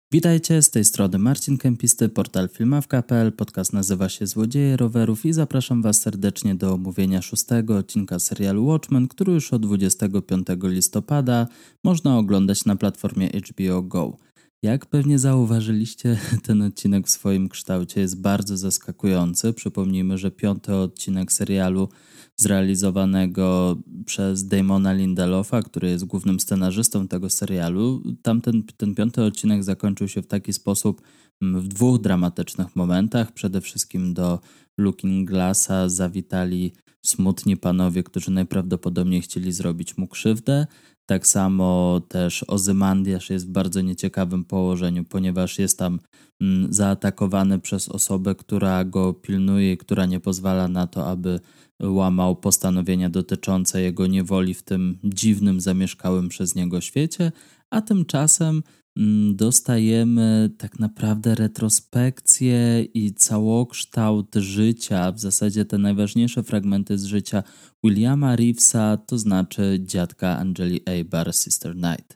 Witajcie, z tej strony Marcin Kępisty, portal filmawka.pl, podcast nazywa się Złodzieje rowerów i zapraszam Was serdecznie do omówienia 6. odcinka serialu Watchmen, który już od 25 listopada można oglądać na platformie HBO Go. Jak pewnie zauważyliście, ten odcinek w swoim kształcie jest bardzo zaskakujący. Przypomnijmy, że 5. odcinek serialu zrealizowanego przez Damona Lindelofa, który jest głównym scenarzystą tego serialu. Ten 5. odcinek zakończył się w taki sposób w 2 dramatycznych momentach. Przede wszystkim do Looking Glassa zawitali smutni panowie, którzy najprawdopodobniej chcieli zrobić mu krzywdę. Tak samo też Ozymandiasz jest w bardzo nieciekawym położeniu, ponieważ jest tam zaatakowany przez osobę, która go pilnuje i która nie pozwala na to, aby łamał postanowienia dotyczące jego niewoli w tym dziwnym, zamieszkałym przez niego świecie, a tymczasem dostajemy tak naprawdę retrospekcję i całokształt życia, w zasadzie te najważniejsze fragmenty z życia Williama Reevesa, to znaczy dziadka Angeli Abar, Sister Night.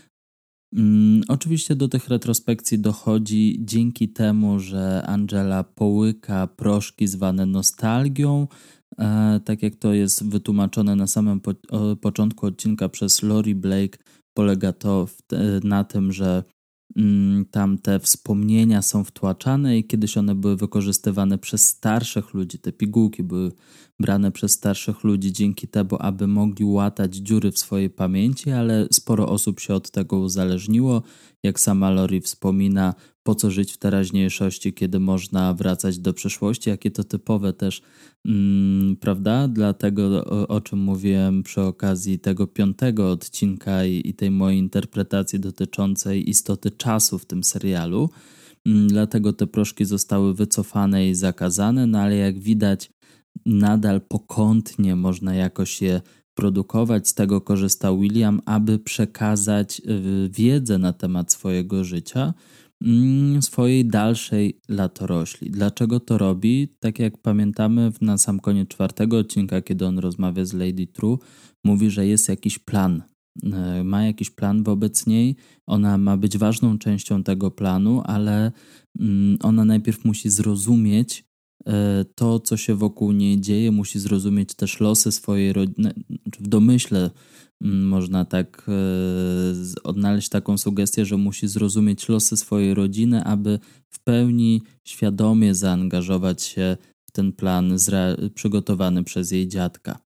Oczywiście do tych retrospekcji dochodzi dzięki temu, że Angela połyka proszki zwane nostalgią, tak jak to jest wytłumaczone na samym początku odcinka przez Laurie Blake. Polega to na tym, że tam te wspomnienia są wtłaczane i kiedyś one były wykorzystywane przez starszych ludzi, te pigułki były brane przez starszych ludzi dzięki temu, aby mogli łatać dziury w swojej pamięci, ale sporo osób się od tego uzależniło. Jak sama Laurie wspomina, po co żyć w teraźniejszości, kiedy można wracać do przeszłości, jakie to typowe też, prawda? Dlatego, o czym mówiłem przy okazji tego 5. odcinka i tej mojej interpretacji dotyczącej istoty czasu w tym serialu. Dlatego te proszki zostały wycofane i zakazane, no ale jak widać nadal pokątnie można jakoś je produkować. Z tego korzystał William, aby przekazać wiedzę na temat swojego życia swojej dalszej latorośli. Dlaczego to robi? Tak jak pamiętamy na sam koniec 4. odcinka, kiedy on rozmawia z Lady True, mówi, że jest jakiś plan. Ma jakiś plan wobec niej, ona ma być ważną częścią tego planu, ale ona najpierw musi zrozumieć to, co się wokół niej dzieje, musi zrozumieć też losy swojej rodziny. W domyśle można tak odnaleźć taką sugestię, że musi zrozumieć losy swojej rodziny, aby w pełni świadomie zaangażować się w ten plan przygotowany przez jej dziadka.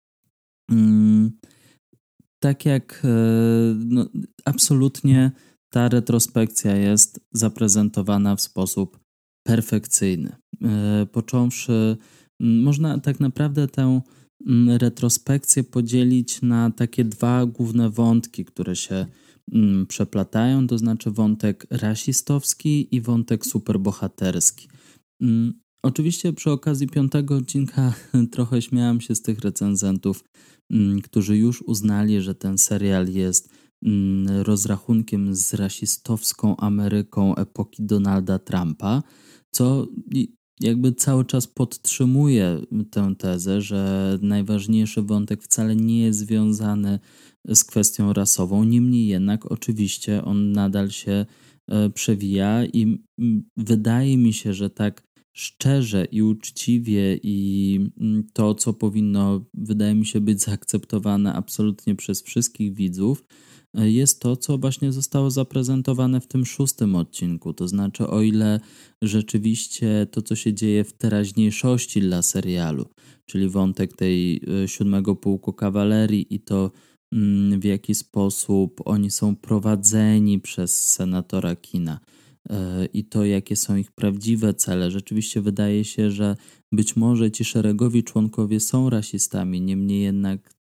Tak jak absolutnie ta retrospekcja jest zaprezentowana w sposób perfekcyjny. Począwszy, można tak naprawdę tę retrospekcję podzielić na takie 2 główne wątki, które się przeplatają, to znaczy wątek rasistowski i wątek superbohaterski. Oczywiście przy okazji 5. odcinka trochę śmiałem się z tych recenzentów, którzy już uznali, że ten serial jest rozrachunkiem z rasistowską Ameryką epoki Donalda Trumpa, co jakby cały czas podtrzymuje tę tezę, że najważniejszy wątek wcale nie jest związany z kwestią rasową, niemniej jednak oczywiście on nadal się przewija i wydaje mi się, że tak szczerze i uczciwie i to, co powinno, wydaje mi się, być zaakceptowane absolutnie przez wszystkich widzów, jest to, co właśnie zostało zaprezentowane w tym 6. odcinku. To znaczy, o ile rzeczywiście to, co się dzieje w teraźniejszości dla serialu, czyli wątek tej 7. pułku kawalerii i to, w jaki sposób oni są prowadzeni przez senatora Keena i to, jakie są ich prawdziwe cele. Rzeczywiście wydaje się, że być może ci szeregowi członkowie są rasistami, niemniej jednak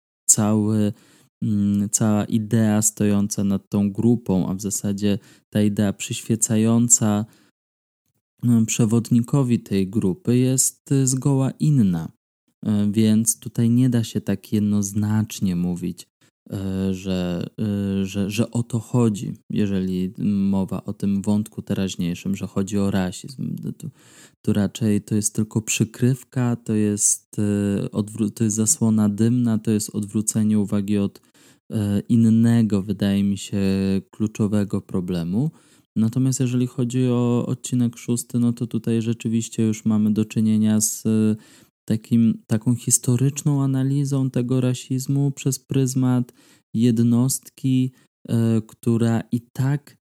cała idea stojąca nad tą grupą, a w zasadzie ta idea przyświecająca przewodnikowi tej grupy jest zgoła inna. Więc tutaj nie da się tak jednoznacznie mówić, że o to chodzi, jeżeli mowa o tym wątku teraźniejszym, że chodzi o rasizm. Tu raczej to jest tylko przykrywka, to jest zasłona dymna, to jest odwrócenie uwagi od innego, wydaje mi się, kluczowego problemu. Natomiast jeżeli chodzi o odcinek 6, no to tutaj rzeczywiście już mamy do czynienia z taką historyczną analizą tego rasizmu przez pryzmat jednostki, która i tak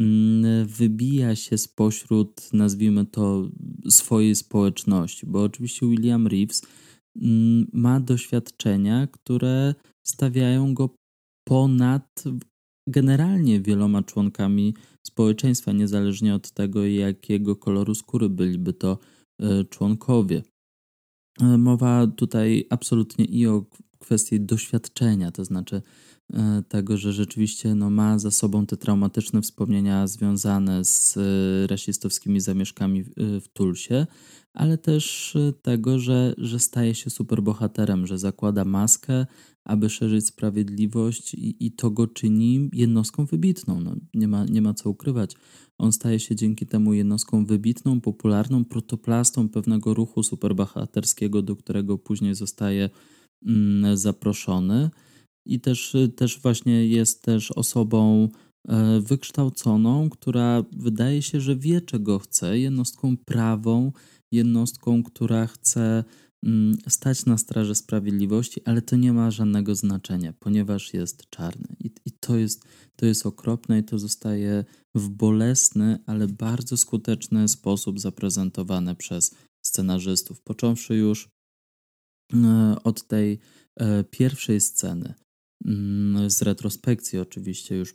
wybija się spośród, nazwijmy to, swojej społeczności, bo oczywiście William Reeves ma doświadczenia, które stawiają go ponad generalnie wieloma członkami społeczeństwa, niezależnie od tego, jakiego koloru skóry byliby to członkowie. Mowa tutaj absolutnie i o kwestii doświadczenia, to znaczy tego, że rzeczywiście ma za sobą te traumatyczne wspomnienia związane z rasistowskimi zamieszkami w Tulsie, ale też tego, że staje się superbohaterem, że zakłada maskę, aby szerzyć sprawiedliwość i to go czyni jednostką wybitną. No, nie ma co ukrywać. On staje się dzięki temu jednostką wybitną, popularną, protoplastą pewnego ruchu superbohaterskiego, do którego później zostaje zaproszony. I też właśnie jest też osobą wykształconą, która wydaje się, że wie, czego chce, jednostką prawą, jednostką, która chce stać na straży sprawiedliwości, ale to nie ma żadnego znaczenia, ponieważ jest czarny. I to jest okropne i to zostaje w bolesny, ale bardzo skuteczny sposób zaprezentowane przez scenarzystów. Począwszy już od tej pierwszej sceny, z retrospekcji oczywiście, już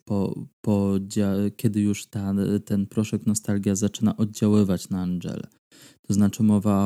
kiedy już ten proszek nostalgia zaczyna oddziaływać na Angelę. To znaczy mowa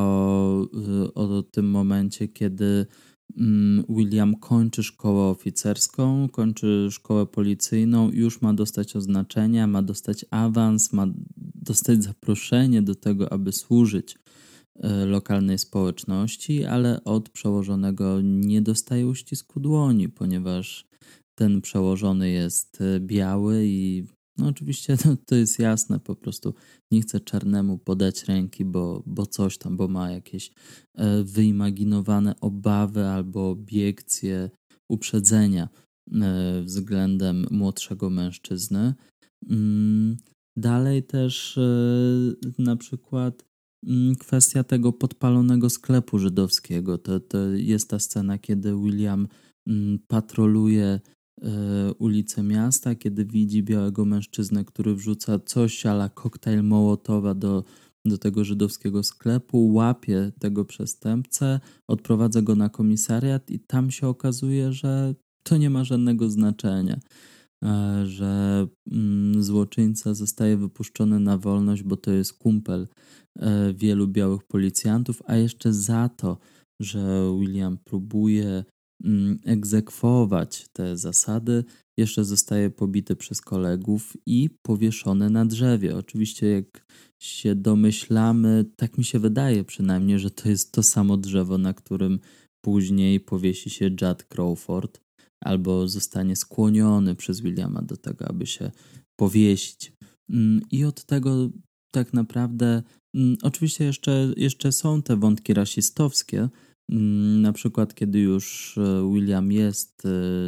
o tym momencie, kiedy William kończy szkołę oficerską, kończy szkołę policyjną, już ma dostać oznaczenia, ma dostać awans, ma dostać zaproszenie do tego, aby służyć lokalnej społeczności, ale od przełożonego nie dostaje uścisku dłoni, ponieważ ten przełożony jest biały i no oczywiście to jest jasne, po prostu nie chce czarnemu podać ręki, bo coś tam, bo ma jakieś wyimaginowane obawy albo obiekcje, uprzedzenia względem młodszego mężczyzny. Dalej też na przykład kwestia tego podpalonego sklepu żydowskiego. To jest ta scena, kiedy William patroluje ulice miasta, kiedy widzi białego mężczyznę, który wrzuca coś a la koktajl Mołotowa do tego żydowskiego sklepu, łapie tego przestępcę, odprowadza go na komisariat i tam się okazuje, że to nie ma żadnego znaczenia, że złoczyńca zostaje wypuszczony na wolność, bo to jest kumpel wielu białych policjantów, a jeszcze za to, że William próbuje egzekwować te zasady, jeszcze zostaje pobity przez kolegów i powieszony na drzewie. Oczywiście jak się domyślamy, tak mi się wydaje przynajmniej, że to jest to samo drzewo, na którym później powiesi się Judd Crawford albo zostanie skłoniony przez Williama do tego, aby się powiesić. I od tego tak naprawdę oczywiście jeszcze są te wątki rasistowskie, na przykład kiedy już William jest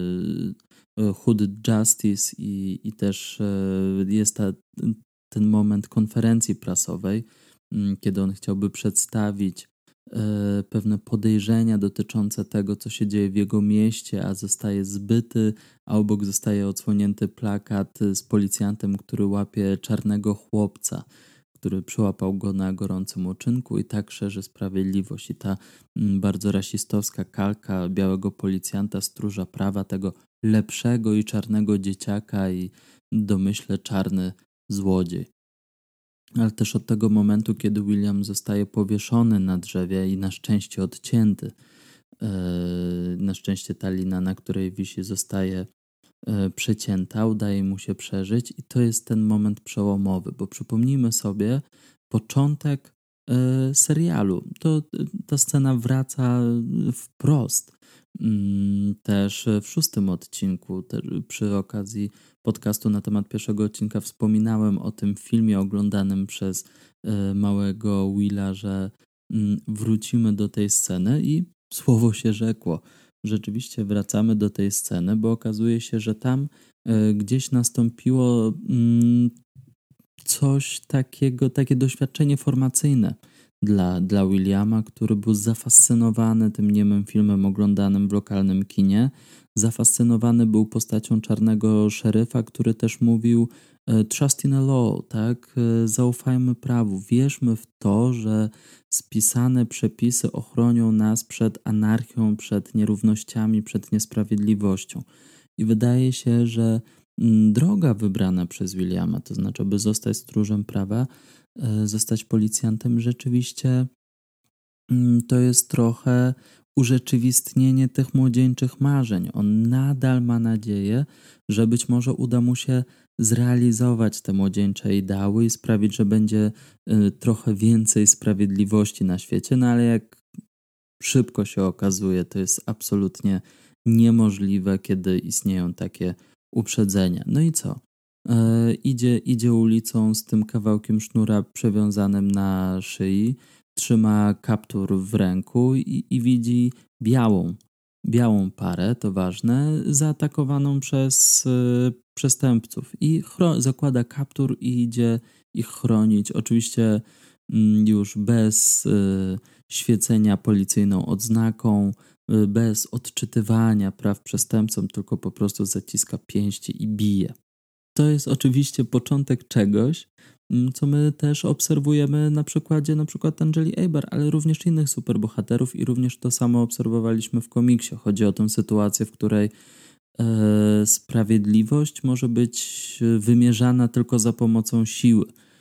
Hood Justice i też jest ten moment konferencji prasowej, kiedy on chciałby przedstawić pewne podejrzenia dotyczące tego, co się dzieje w jego mieście, a zostaje zbyty, a obok zostaje odsłonięty plakat z policjantem, który łapie czarnego chłopca, który przyłapał go na gorącym uczynku i tak szerzy sprawiedliwość. I ta bardzo rasistowska kalka białego policjanta, stróża prawa, tego lepszego i czarnego dzieciaka i domyśle czarny złodziej. Ale też od tego momentu, kiedy William zostaje powieszony na drzewie i na szczęście odcięty, na szczęście ta lina, na której wisi, zostaje przecięta, udaje mu się przeżyć i to jest ten moment przełomowy, bo przypomnijmy sobie początek serialu. Ta scena wraca wprost. Też w 6 odcinku, przy okazji podcastu na temat pierwszego odcinka wspominałem o tym filmie oglądanym przez małego Willa, że wrócimy do tej sceny i słowo się rzekło. Rzeczywiście wracamy do tej sceny, bo okazuje się, że tam gdzieś nastąpiło coś takiego, takie doświadczenie formacyjne dla Williama, który był zafascynowany tym niemym filmem oglądanym w lokalnym kinie. Zafascynowany był postacią czarnego szeryfa, który też mówił trust in the law, tak? Zaufajmy prawu, wierzmy w to, że spisane przepisy ochronią nas przed anarchią, przed nierównościami, przed niesprawiedliwością. I wydaje się, że droga wybrana przez Williama, to znaczy, by zostać stróżem prawa, zostać policjantem, rzeczywiście to jest trochę urzeczywistnienie tych młodzieńczych marzeń. On nadal ma nadzieję, że być może uda mu się zrealizować te młodzieńcze ideały i sprawić, że będzie trochę więcej sprawiedliwości na świecie, no ale jak szybko się okazuje, to jest absolutnie niemożliwe, kiedy istnieją takie uprzedzenia. No i co? Idzie ulicą z tym kawałkiem sznura przewiązanym na szyi, trzyma kaptur w ręku i widzi białą parę, to ważne, zaatakowaną przez przestępców. I zakłada kaptur i idzie ich chronić. Oczywiście już bez świecenia policyjną odznaką, bez odczytywania praw przestępcom, tylko po prostu zaciska pięści i bije. To jest oczywiście początek czegoś, co my też obserwujemy na przykładzie Angeli Abar, ale również innych superbohaterów i również to samo obserwowaliśmy w komiksie. Chodzi o tę sytuację, w której sprawiedliwość może być wymierzana tylko za pomocą siły,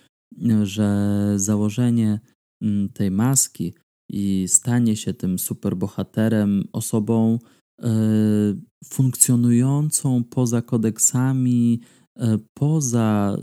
że założenie tej maski i stanie się tym superbohaterem, osobą funkcjonującą poza kodeksami, poza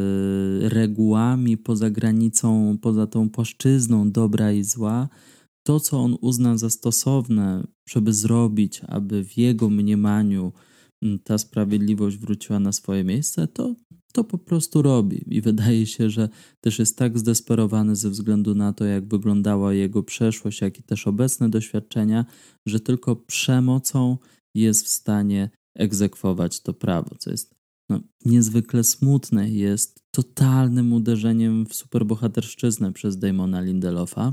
regułami, poza granicą, poza tą płaszczyzną dobra i zła, to, co on uzna za stosowne, żeby zrobić, aby w jego mniemaniu ta sprawiedliwość wróciła na swoje miejsce, to po prostu robi. I wydaje się, że też jest tak zdesperowany ze względu na to, jak wyglądała jego przeszłość, jak i też obecne doświadczenia, że tylko przemocą jest w stanie egzekwować to prawo, co jest niezwykle smutne, jest totalnym uderzeniem w superbohaterszczyznę przez Damona Lindelofa.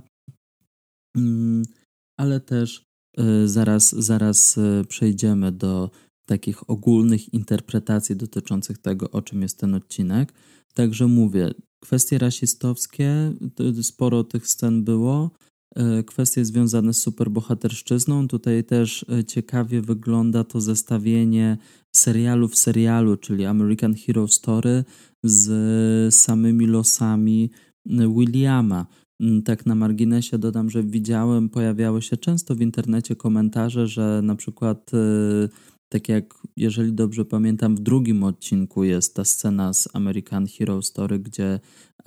Ale też zaraz przejdziemy do takich ogólnych interpretacji dotyczących tego, o czym jest ten odcinek. Także mówię, kwestie rasistowskie, sporo tych scen było, kwestie związane z superbohaterszczyzną. Tutaj też ciekawie wygląda to zestawienie serialu w serialu, czyli American Hero Story z samymi losami Williama. Tak na marginesie dodam, że pojawiały się często w internecie komentarze, że na przykład tak jak, jeżeli dobrze pamiętam, w drugim odcinku jest ta scena z American Hero Story, gdzie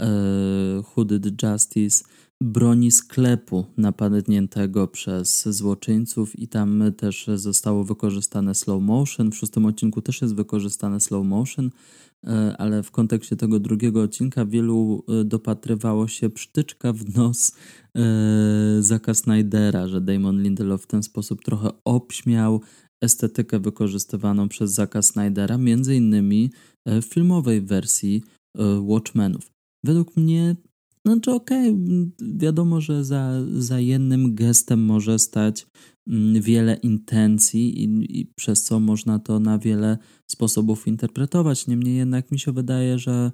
Hooded Justice broni sklepu napadniętego przez złoczyńców i tam też zostało wykorzystane slow motion. W 6. odcinku też jest wykorzystane slow motion, ale w kontekście tego drugiego odcinka wielu dopatrywało się psztyczka w nos Zacka Snydera, że Damon Lindelof w ten sposób trochę obśmiał estetykę wykorzystywaną przez Zacka Snydera, między innymi w filmowej wersji Watchmenów. Według mnie, wiadomo, że za jednym gestem może stać wiele intencji i przez co można to na wiele sposobów interpretować. Niemniej jednak mi się wydaje, że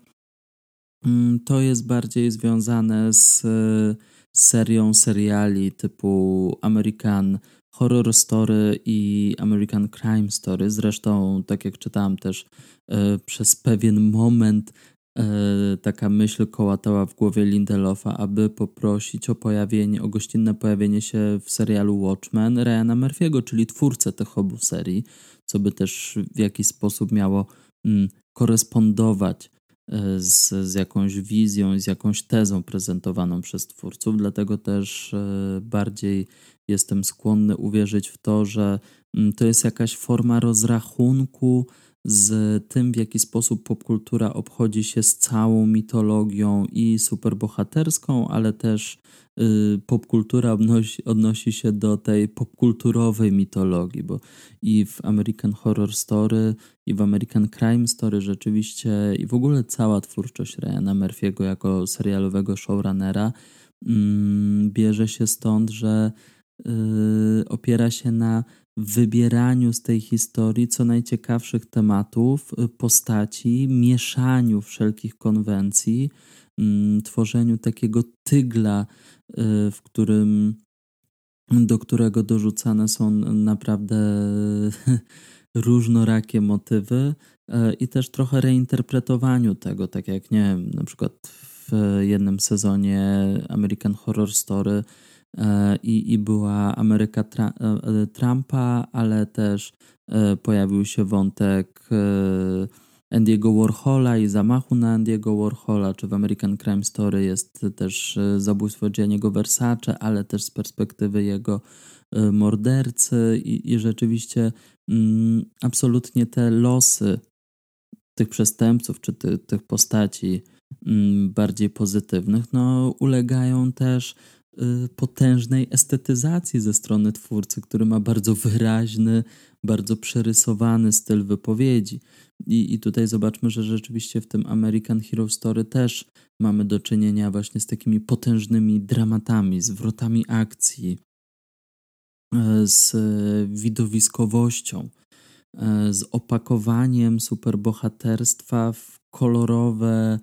to jest bardziej związane z serią seriali typu American Horror Story i American Crime Story. Zresztą, tak jak czytałem też przez pewien moment taka myśl kołatała w głowie Lindelofa, aby poprosić o gościnne pojawienie się w serialu Watchmen Ryana Murphy'ego, czyli twórcę tych obu serii, co by też w jakiś sposób miało korespondować z jakąś wizją, z jakąś tezą prezentowaną przez twórców, dlatego też bardziej jestem skłonny uwierzyć w to, że to jest jakaś forma rozrachunku z tym, w jaki sposób popkultura obchodzi się z całą mitologią i superbohaterską, ale też popkultura odnosi się do tej popkulturowej mitologii, bo i w American Horror Story, i w American Crime Story rzeczywiście, i w ogóle cała twórczość Ryana Murphy'ego jako serialowego showrunnera bierze się stąd, że opiera się na wybieraniu z tej historii co najciekawszych tematów, postaci, mieszaniu wszelkich konwencji, tworzeniu takiego tygla, do którego dorzucane są naprawdę różnorakie motywy i też trochę reinterpretowaniu tego, tak jak nie wiem, na przykład w jednym sezonie American Horror Story i była Ameryka Trumpa, ale też pojawił się wątek Andy'ego Warhola i zamachu na Andy'ego Warhola, czy w American Crime Story jest też zabójstwo Gianniego Versace, ale też z perspektywy jego mordercy i rzeczywiście absolutnie te losy tych przestępców, czy tych postaci bardziej pozytywnych, no ulegają też potężnej estetyzacji ze strony twórcy, który ma bardzo wyraźny, bardzo przerysowany styl wypowiedzi. I tutaj zobaczmy, że rzeczywiście w tym American Hero Story też mamy do czynienia właśnie z takimi potężnymi dramatami, zwrotami akcji, z widowiskowością, z opakowaniem superbohaterstwa w kolorowe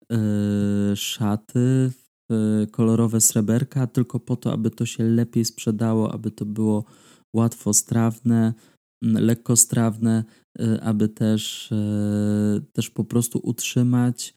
szaty, w kolorowe sreberka, tylko po to, aby to się lepiej sprzedało, aby to było łatwostrawne, lekkostrawne, aby też po prostu utrzymać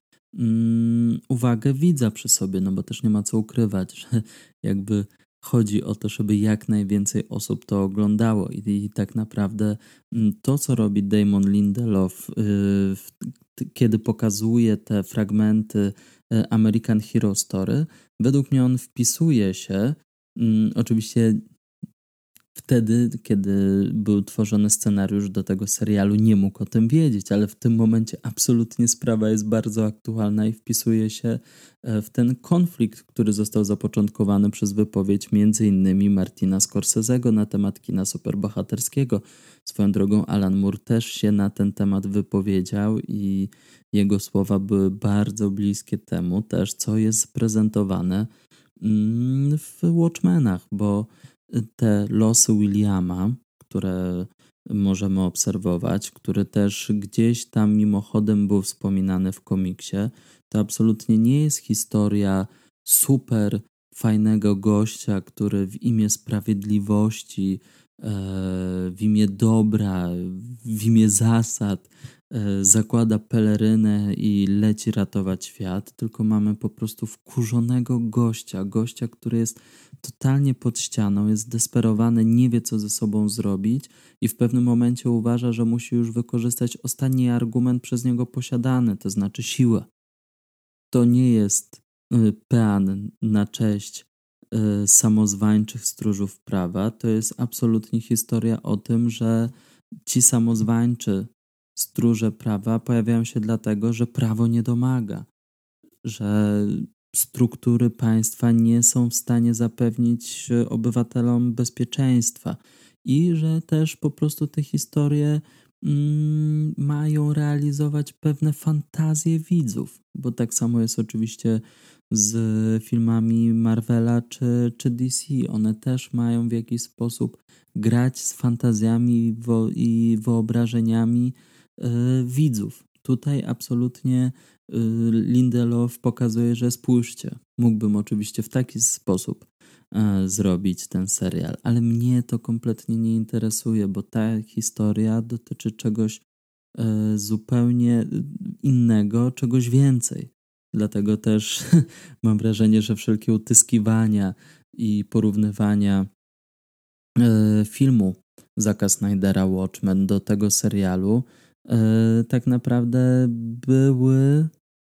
uwagę widza przy sobie, no bo też nie ma co ukrywać, że jakby chodzi o to, żeby jak najwięcej osób to oglądało i tak naprawdę to, co robi Damon Lindelof, kiedy pokazuje te fragmenty American Hero Story, według mnie on wpisuje się, oczywiście wtedy, kiedy był tworzony scenariusz do tego serialu, nie mógł o tym wiedzieć, ale w tym momencie absolutnie sprawa jest bardzo aktualna i wpisuje się w ten konflikt, który został zapoczątkowany przez wypowiedź między innymi Martina Scorsese'ego na temat kina superbohaterskiego. Swoją drogą Alan Moore też się na ten temat wypowiedział i jego słowa były bardzo bliskie temu też, co jest prezentowane w Watchmenach, bo te losy Williama, które możemy obserwować, który też gdzieś tam mimochodem był wspominany w komiksie, to absolutnie nie jest historia super fajnego gościa, który w imię sprawiedliwości, w imię dobra, w imię zasad zakłada pelerynę i leci ratować świat, tylko mamy po prostu wkurzonego gościa, który jest totalnie pod ścianą, jest zdesperowany, nie wie co ze sobą zrobić i w pewnym momencie uważa, że musi już wykorzystać ostatni argument przez niego posiadany, to znaczy siłę. To nie jest pean na cześć samozwańczych stróżów prawa, to jest absolutnie historia o tym, że ci samozwańczy stróże prawa pojawiają się dlatego, że prawo nie domaga, że struktury państwa nie są w stanie zapewnić obywatelom bezpieczeństwa i że też po prostu te historie mają realizować pewne fantazje widzów, bo tak samo jest oczywiście z filmami Marvela czy DC. One też mają w jakiś sposób grać z fantazjami i wyobrażeniami widzów. Tutaj absolutnie Lindelof pokazuje, że spójrzcie, mógłbym oczywiście w taki sposób zrobić ten serial, ale mnie to kompletnie nie interesuje, bo ta historia dotyczy czegoś zupełnie innego, czegoś więcej. Dlatego też mam wrażenie, że wszelkie utyskiwania i porównywania filmu Zacka Snydera Watchmen do tego serialu tak naprawdę były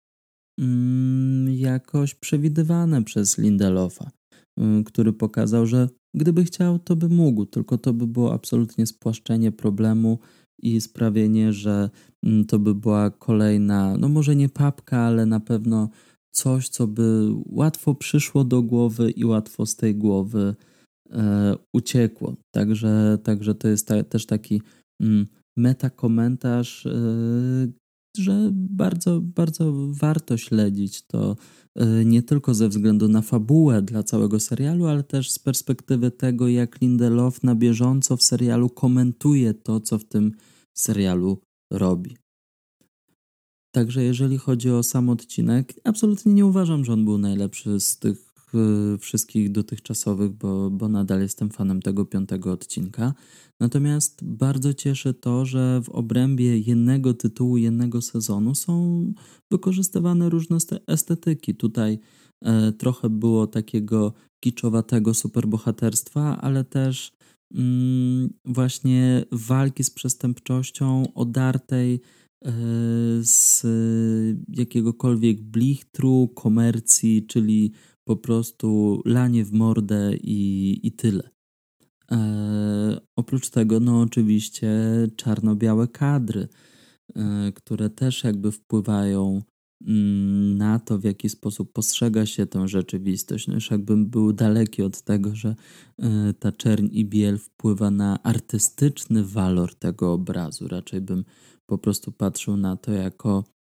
jakoś przewidywane przez Lindelofa, który pokazał, że gdyby chciał, to by mógł, tylko to by było absolutnie spłaszczenie problemu i sprawienie, że to by była kolejna, no może nie papka, ale na pewno coś, co by łatwo przyszło do głowy i łatwo z tej głowy uciekło. Także to jest też taki metakomentarz, że bardzo, bardzo warto śledzić to nie tylko ze względu na fabułę dla całego serialu, ale też z perspektywy tego, jak Lindelof na bieżąco w serialu komentuje to, co w tym serialu robi. Także jeżeli chodzi o sam odcinek, absolutnie nie uważam, że on był najlepszy z tych wszystkich dotychczasowych, bo nadal jestem fanem tego 5. odcinka. Natomiast bardzo cieszy to, że w obrębie jednego tytułu, jednego sezonu są wykorzystywane różne estetyki. Tutaj trochę było takiego kiczowatego superbohaterstwa, ale też właśnie walki z przestępczością odartej z jakiegokolwiek blichtru, komercji, czyli po prostu lanie w mordę i tyle. Oprócz tego, no oczywiście czarno-białe kadry, które też jakby wpływają na to, w jaki sposób postrzega się tę rzeczywistość. No już jakbym był daleki od tego, że ta czerń i biel wpływa na artystyczny walor tego obrazu. Raczej bym po prostu patrzył na to jako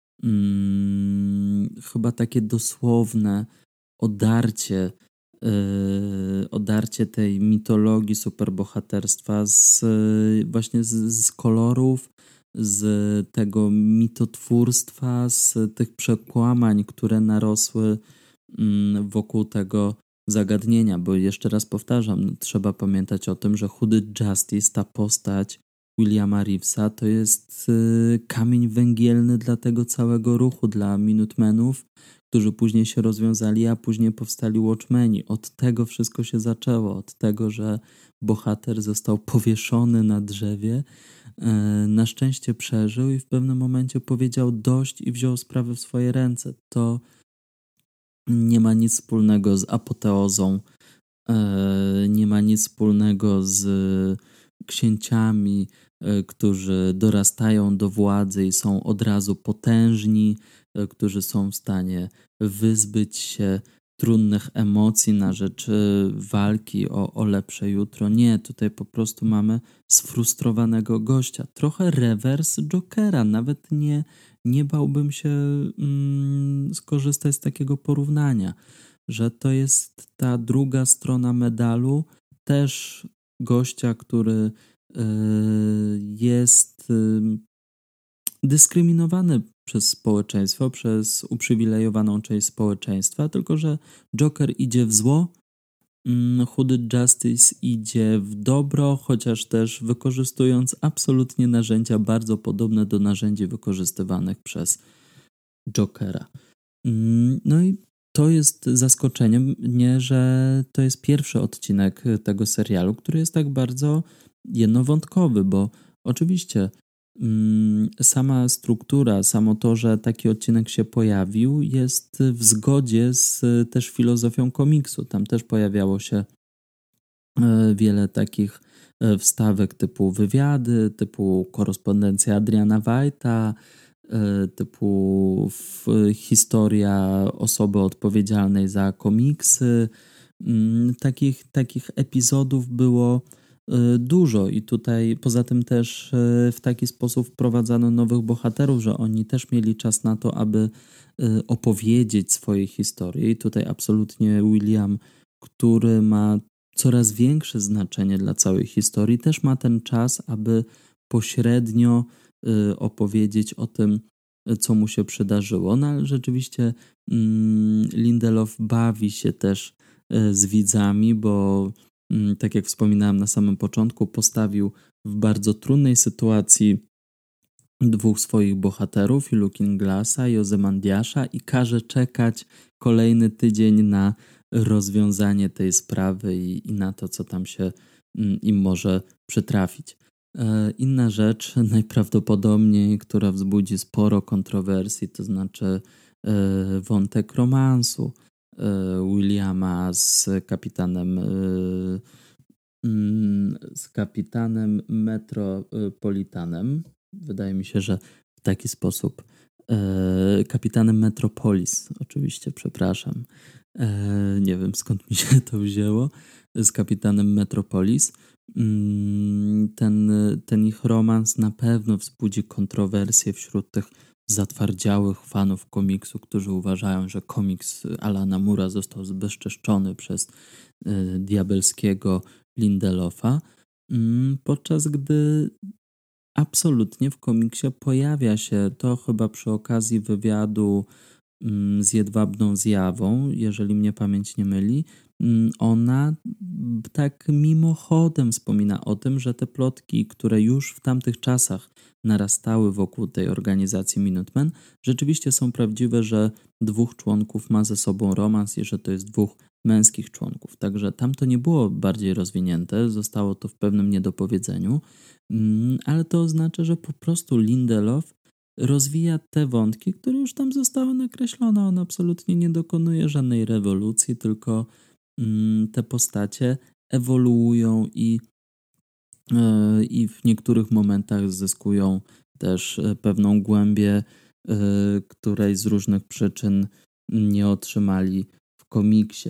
chyba takie dosłowne odarcie tej mitologii superbohaterstwa właśnie z kolorów, z tego mitotwórstwa, z tych przekłamań, które narosły wokół tego zagadnienia, bo jeszcze raz powtarzam, trzeba pamiętać o tym, że Hooded Justice, ta postać Williama Reevesa, to jest kamień węgielny dla tego całego ruchu, dla Minutemenów, którzy później się rozwiązali, a później powstali Watchmeni. Od tego wszystko się zaczęło, od tego, że bohater został powieszony na drzewie, na szczęście przeżył i w pewnym momencie powiedział dość i wziął sprawę w swoje ręce. To nie ma nic wspólnego z apoteozą, nie ma nic wspólnego z księciami, którzy dorastają do władzy i są od razu potężni, którzy są w stanie wyzbyć się trudnych emocji na rzecz walki o lepsze jutro. Nie, tutaj po prostu mamy sfrustrowanego gościa. Trochę rewers Jokera. Nawet nie bałbym się skorzystać z takiego porównania, że to jest ta druga strona medalu, też gościa, który jest dyskryminowany przez społeczeństwo, przez uprzywilejowaną część społeczeństwa, tylko że Joker idzie w zło, Hooded Justice idzie w dobro, chociaż też wykorzystując absolutnie narzędzia bardzo podobne do narzędzi wykorzystywanych przez Jokera. No i to jest zaskoczeniem mnie, że to jest pierwszy odcinek tego serialu, który jest tak bardzo jednowątkowy, bo oczywiście sama struktura, samo to, że taki odcinek się pojawił, jest w zgodzie z też filozofią komiksu. Tam też pojawiało się wiele takich wstawek typu wywiady, typu korespondencja Adriana White'a, typu historia osoby odpowiedzialnej za komiksy. Takich epizodów było dużo i tutaj poza tym też w taki sposób wprowadzano nowych bohaterów, że oni też mieli czas na to, aby opowiedzieć swoje historie i tutaj absolutnie William, który ma coraz większe znaczenie dla całej historii, też ma ten czas, aby pośrednio opowiedzieć o tym, co mu się przydarzyło. No ale rzeczywiście Lindelof bawi się też z widzami, bo tak jak wspominałem na samym początku, postawił w bardzo trudnej sytuacji dwóch swoich bohaterów, i Looking Glassa i Ozymandiasza, i każe czekać kolejny tydzień na rozwiązanie tej sprawy i na to, co tam się im może przytrafić. Inna rzecz, najprawdopodobniej, która wzbudzi sporo kontrowersji, to znaczy wątek romansu Williama z kapitanem z kapitanem Metropolitanem. Wydaje mi się, że w taki sposób. Kapitanem Metropolis, oczywiście, przepraszam. Nie wiem, skąd mi się to wzięło. Z kapitanem Metropolis. Ten ich romans na pewno wzbudzi kontrowersje wśród tych zatwardziałych fanów komiksu, którzy uważają, że komiks Alana Moore'a został zbezczeszczony przez diabelskiego Lindelofa, podczas gdy absolutnie w komiksie pojawia się to chyba przy okazji wywiadu z Jedwabną Zjawą, jeżeli mnie pamięć nie myli. Ona tak mimochodem wspomina o tym, że te plotki, które już w tamtych czasach narastały wokół tej organizacji Minutemen, rzeczywiście są prawdziwe, że 2 członków ma ze sobą romans i że to jest 2 męskich członków. Także tam to nie było bardziej rozwinięte, zostało to w pewnym niedopowiedzeniu, ale to oznacza, że po prostu Lindelof rozwija te wątki, które już tam zostały nakreślone. On absolutnie nie dokonuje żadnej rewolucji, tylko te postacie ewoluują i w niektórych momentach zyskują też pewną głębię, której z różnych przyczyn nie otrzymali w komiksie.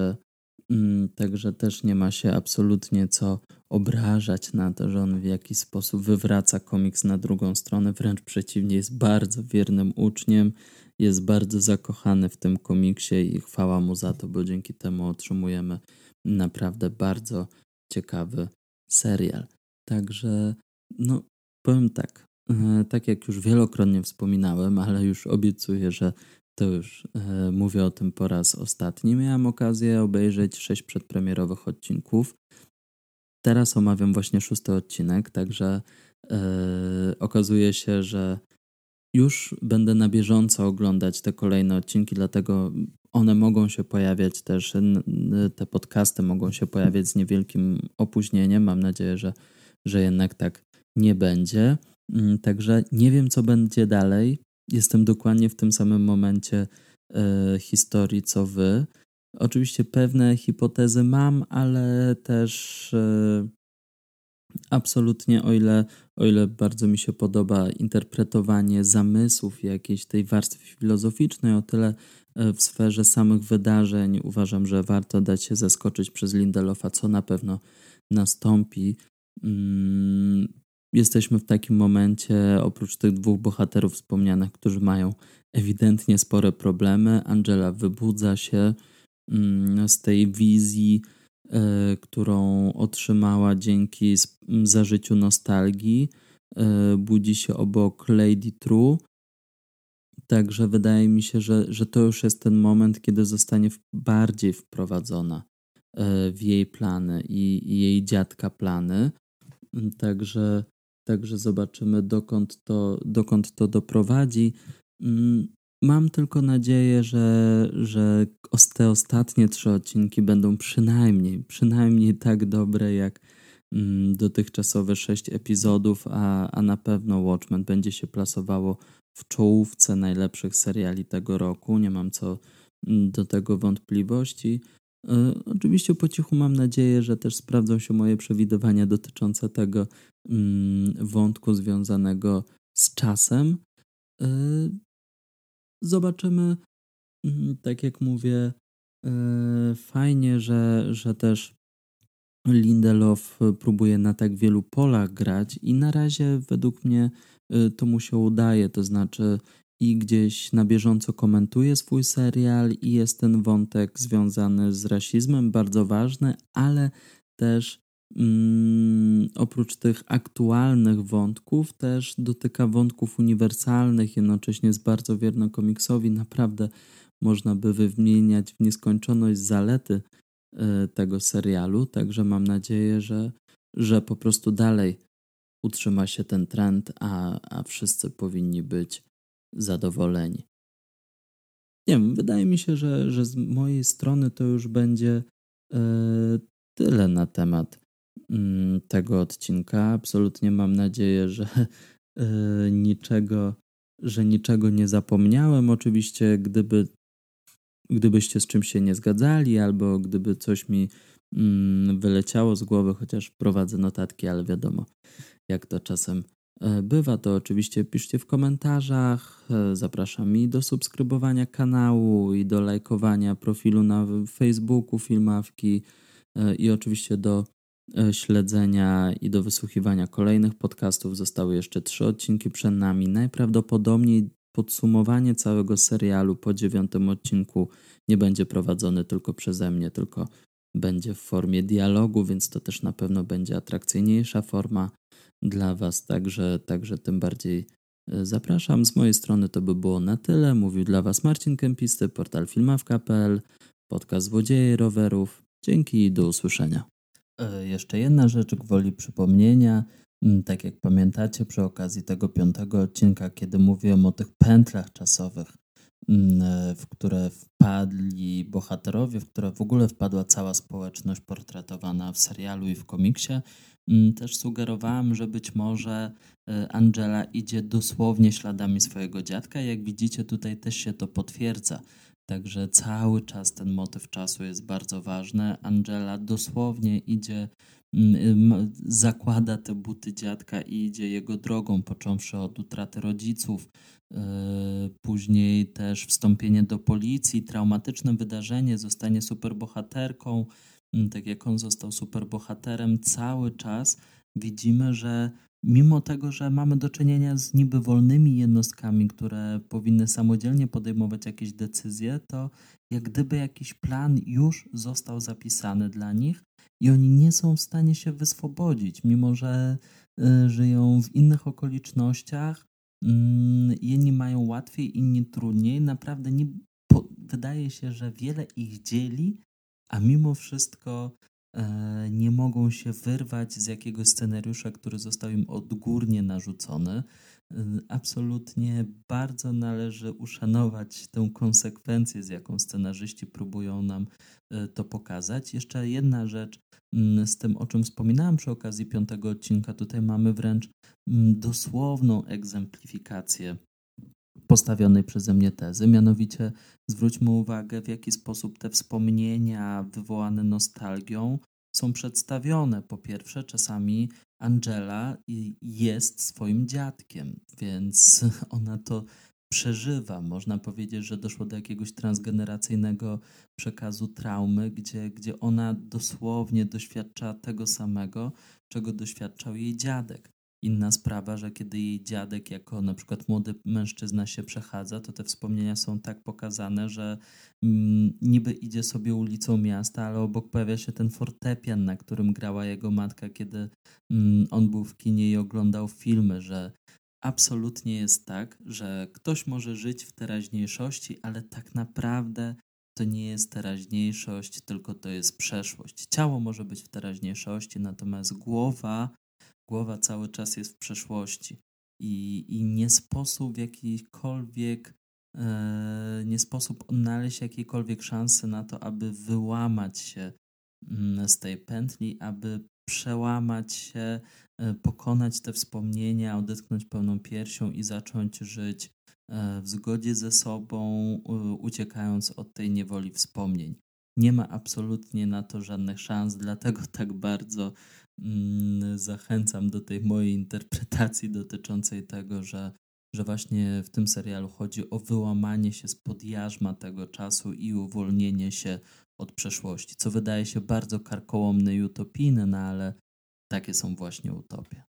Także też nie ma się absolutnie co obrażać na to, że on w jakiś sposób wywraca komiks na drugą stronę. Wręcz przeciwnie, jest bardzo wiernym uczniem, jest bardzo zakochany w tym komiksie i chwała mu za to, bo dzięki temu otrzymujemy naprawdę bardzo ciekawy serial. Także powiem tak jak już wielokrotnie wspominałem, ale już obiecuję, że to już mówię o tym po raz ostatni. Miałem okazję obejrzeć 6 przedpremierowych odcinków. Teraz omawiam właśnie 6. odcinek, także okazuje się, że już będę na bieżąco oglądać te kolejne odcinki, dlatego one mogą się pojawiać też, te podcasty mogą się pojawiać z niewielkim opóźnieniem. Mam nadzieję, że jednak tak nie będzie. Także nie wiem, co będzie dalej. Jestem dokładnie w tym samym momencie historii, co wy. Oczywiście pewne hipotezy mam, ale też absolutnie, o ile bardzo mi się podoba interpretowanie zamysłów jakiejś tej warstwy filozoficznej, o tyle w sferze samych wydarzeń uważam, że warto dać się zaskoczyć przez Lindelofa, co na pewno nastąpi. Jesteśmy w takim momencie, oprócz tych 2 bohaterów wspomnianych, którzy mają ewidentnie spore problemy. Angela wybudza się z tej wizji, którą otrzymała dzięki zażyciu nostalgii. Budzi się obok Lady True. Także wydaje mi się, że to już jest ten moment, kiedy zostanie bardziej wprowadzona w jej plany i jej dziadka plany. Także zobaczymy, dokąd to doprowadzi. Mam tylko nadzieję, że te ostatnie 3 odcinki będą przynajmniej tak dobre jak dotychczasowe 6 epizodów, a na pewno Watchmen będzie się plasowało w czołówce najlepszych seriali tego roku. Nie mam co do tego wątpliwości. Oczywiście po cichu mam nadzieję, że też sprawdzą się moje przewidywania dotyczące tego wątku związanego z czasem. Zobaczymy. Tak jak mówię, fajnie, że też Lindelof próbuje na tak wielu polach grać i na razie według mnie to mu się udaje, to znaczy i gdzieś na bieżąco komentuje swój serial i jest ten wątek związany z rasizmem bardzo ważny, ale też oprócz tych aktualnych wątków też dotyka wątków uniwersalnych, jednocześnie jest bardzo wierny komiksowi. Naprawdę można by wymieniać w nieskończoność zalety tego serialu, także mam nadzieję, że po prostu dalej utrzyma się ten trend, a wszyscy powinni być zadowoleni. Nie wiem, wydaje mi się, że z mojej strony to już będzie tyle na temat tego odcinka. Absolutnie mam nadzieję, że niczego nie zapomniałem. Oczywiście, gdybyście z czymś się nie zgadzali, albo gdyby coś mi wyleciało z głowy, chociaż prowadzę notatki, ale wiadomo, jak to czasem bywa, to oczywiście piszcie w komentarzach. Zapraszam i do subskrybowania kanału, i do lajkowania profilu na Facebooku Filmawki, i oczywiście do śledzenia i do wysłuchiwania kolejnych podcastów. Zostały jeszcze 3 odcinki przed nami. Najprawdopodobniej podsumowanie całego serialu po 9 odcinku nie będzie prowadzone tylko przeze mnie, tylko będzie w formie dialogu, więc to też na pewno będzie atrakcyjniejsza forma dla Was, także tym bardziej zapraszam. Z mojej strony to by było na tyle. Mówił dla Was Marcin Kępisty, portal filmawka.pl, podcast Złodzieje Rowerów. Dzięki i do usłyszenia. Jeszcze jedna rzecz gwoli przypomnienia. Tak jak pamiętacie, przy okazji tego 5 odcinka, kiedy mówiłem o tych pętlach czasowych, w które wpadli bohaterowie, w które w ogóle wpadła cała społeczność portretowana w serialu i w komiksie, też sugerowałem, że być może Angela idzie dosłownie śladami swojego dziadka. Jak widzicie, tutaj też się to potwierdza. Także cały czas ten motyw czasu jest bardzo ważny. Angela dosłownie idzie, zakłada te buty dziadka i idzie jego drogą, począwszy od utraty rodziców, później też wstąpienie do policji, traumatyczne wydarzenie, zostanie superbohaterką. Tak jak on został superbohaterem, cały czas widzimy, że mimo tego, że mamy do czynienia z niby wolnymi jednostkami, które powinny samodzielnie podejmować jakieś decyzje, to jak gdyby jakiś plan już został zapisany dla nich i oni nie są w stanie się wyswobodzić, mimo że żyją w innych okolicznościach. Jedni mają łatwiej, inni trudniej. Naprawdę wydaje się, że wiele ich dzieli, a mimo wszystko nie mogą się wyrwać z jakiegoś scenariusza, który został im odgórnie narzucony. Absolutnie bardzo należy uszanować tę konsekwencję, z jaką scenarzyści próbują nam to pokazać. Jeszcze jedna rzecz z tym, o czym wspominałem przy okazji 5 odcinka. Tutaj mamy wręcz dosłowną egzemplifikację postawionej przeze mnie tezy, mianowicie zwróćmy uwagę, w jaki sposób te wspomnienia wywołane nostalgią są przedstawione. Po pierwsze, czasami Angela jest swoim dziadkiem, więc ona to przeżywa. Można powiedzieć, że doszło do jakiegoś transgeneracyjnego przekazu traumy, gdzie ona dosłownie doświadcza tego samego, czego doświadczał jej dziadek. Inna sprawa, że kiedy jej dziadek jako na przykład młody mężczyzna się przechadza, to te wspomnienia są tak pokazane, że niby idzie sobie ulicą miasta, ale obok pojawia się ten fortepian, na którym grała jego matka, kiedy on był w kinie i oglądał filmy, że absolutnie jest tak, że ktoś może żyć w teraźniejszości, ale tak naprawdę to nie jest teraźniejszość, tylko to jest przeszłość. Ciało może być w teraźniejszości, natomiast głowa cały czas jest w przeszłości i nie sposób w jakikolwiek nie sposób odnaleźć jakiejkolwiek szansy na to, aby wyłamać się z tej pętli, aby przełamać się, pokonać te wspomnienia, odetchnąć pełną piersią i zacząć żyć w zgodzie ze sobą, uciekając od tej niewoli wspomnień. Nie ma absolutnie na to żadnych szans, dlatego tak bardzo zachęcam do tej mojej interpretacji dotyczącej tego, że właśnie w tym serialu chodzi o wyłamanie się spod jarzma tego czasu i uwolnienie się od przeszłości, co wydaje się bardzo karkołomne i utopijne, no ale takie są właśnie utopie.